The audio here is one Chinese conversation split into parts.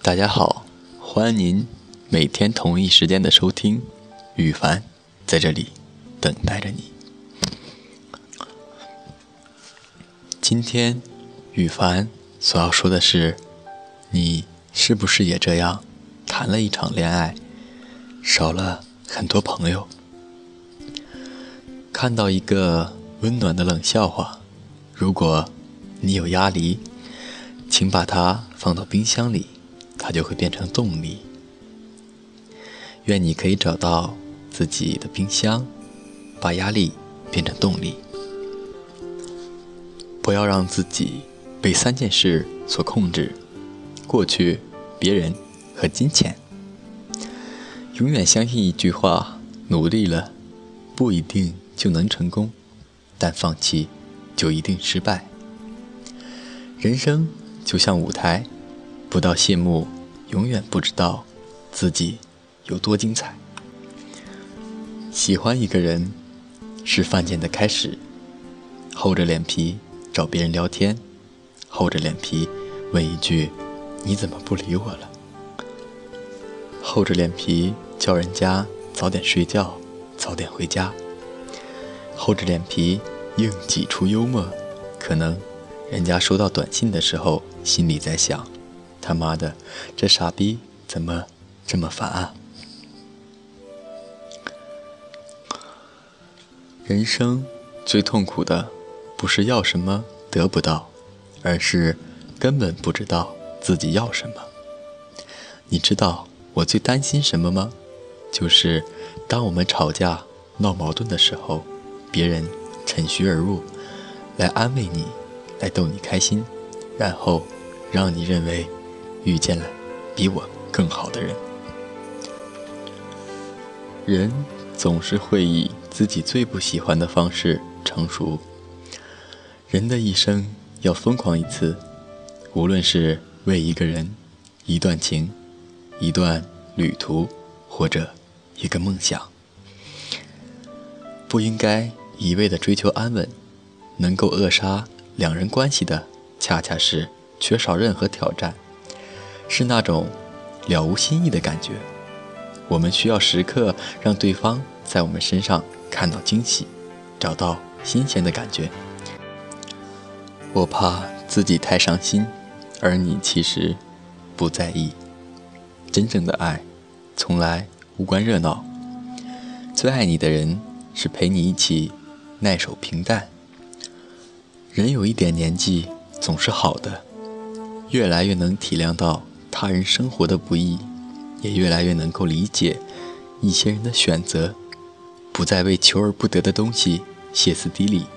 大家好，欢迎您每天同一时间的收听，羽凡在这里等待着你。今天羽凡所要说的是，你是不是也这样谈了一场恋爱，少了很多朋友？看到一个温暖的冷笑话，如果你有鸭梨，请把它放到冰箱里，它就会变成动力。愿你可以找到自己的冰箱，把压力变成动力。不要让自己被3件事所控制：过去、别人和金钱。永远相信一句话：努力了不一定就能成功，但放弃就一定失败。人生就像舞台，不到谢幕，永远不知道自己有多精彩。喜欢一个人是犯贱的开始，厚着脸皮找别人聊天，厚着脸皮问一句你怎么不理我了，厚着脸皮叫人家早点睡觉早点回家，厚着脸皮硬挤出幽默，可能人家收到短信的时候心里在想，他妈的这傻逼怎么这么烦啊。人生最痛苦的不是要什么得不到，而是根本不知道自己要什么。你知道我最担心什么吗？就是当我们吵架闹矛盾的时候，别人趁虚而入，来安慰你，来逗你开心，然后让你认为遇见了比我更好的人。人总是会以自己最不喜欢的方式成熟。人的一生要疯狂一次，无论是为一个人、一段情、一段旅途，或者一个梦想。不应该一味地追求安稳，能够扼杀两人关系的，恰恰是缺少任何挑战，是那种了无新意的感觉。我们需要时刻让对方在我们身上看到惊喜，找到新鲜的感觉。我怕自己太伤心，而你其实不在意。真正的爱从来无关热闹，最爱你的人是陪你一起耐守平淡。人有一点年纪总是好的，越来越能体谅到他人生活的不易，也越来越能够理解一些人的选择，不再为求而不得的东西歇斯底里，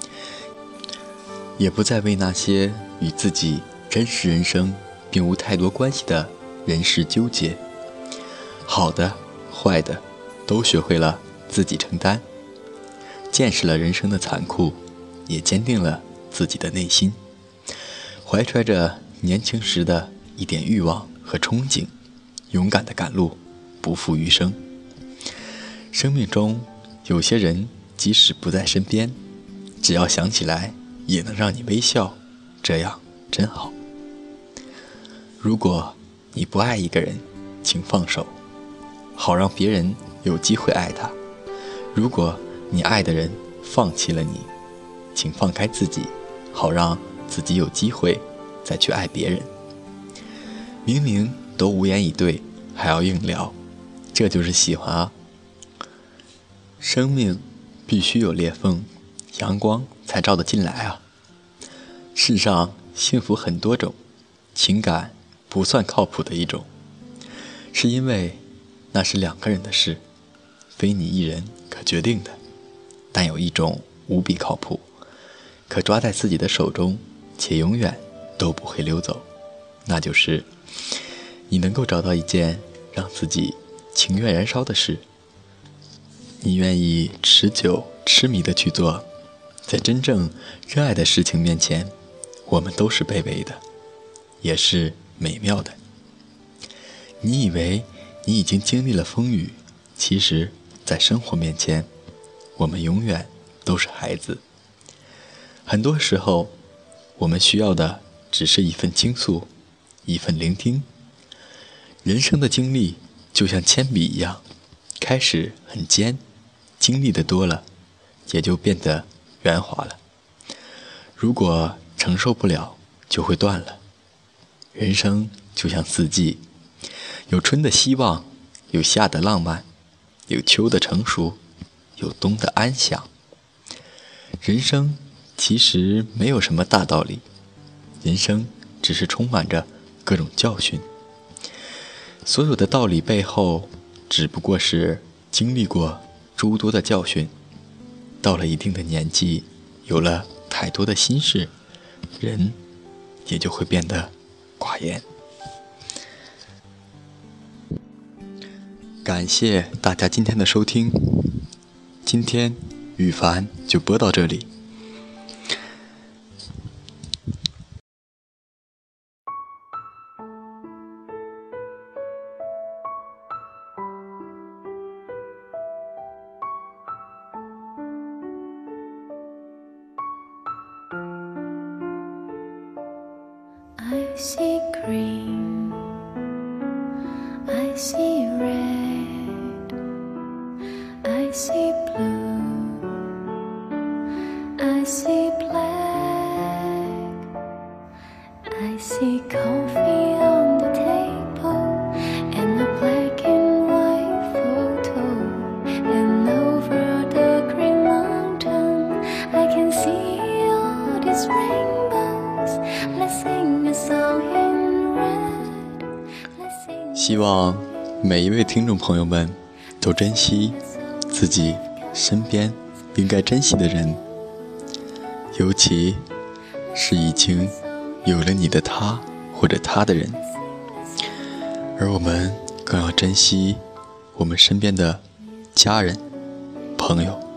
也不再为那些与自己真实人生并无太多关系的人事纠结。好的坏的都学会了自己承担，见识了人生的残酷，也坚定了自己的内心，怀揣着年轻时的一点欲望和憧憬，勇敢地赶路，不负余生。生命中有些人即使不在身边，只要想起来也能让你微笑，这样真好。如果你不爱一个人，请放手，好让别人有机会爱他。如果你爱的人放弃了你，请放开自己，好让自己有机会再去爱别人。明明都无言以对，还要硬聊，这就是喜欢啊。生命必须有裂缝，阳光才照得进来啊。世上幸福很多种，情感不算靠谱的一种，是因为那是2个人的事，非你一人可决定的。但有一种无比靠谱，可抓在自己的手中，且永远都不会溜走，那就是你能够找到一件让自己情愿燃烧的事，你愿意持久痴迷地去做。在真正热爱的事情面前，我们都是卑微的，也是美妙的。你以为你已经经历了风雨，其实在生活面前，我们永远都是孩子。很多时候，我们需要的只是一份倾诉，一份聆听， 人生的经历就像铅笔一样，开始很尖，经历的多了，也就变得圆滑了。如果承受不了，就会断了。人生就像四季，有春的希望，有夏的浪漫，有秋的成熟，有冬的安详。人生其实没有什么大道理，人生只是充满着各种教训。所有的道理背后，只不过是经历过诸多的教训。到了一定的年纪，有了太多的心事，人也就会变得寡言。感谢大家今天的收听，今天羽凡就播到这里。 I see green, I see red, I see blue, I see black, I see coffee on the table and a black and white photo, and over the green mountain I can see all these rainbows. Let's sing a song in red. Let's sing. 希望每一位听众朋友们都珍惜自己身边应该珍惜的人，尤其是已经有了你的他或者他的人。而我们更要珍惜我们身边的家人、朋友。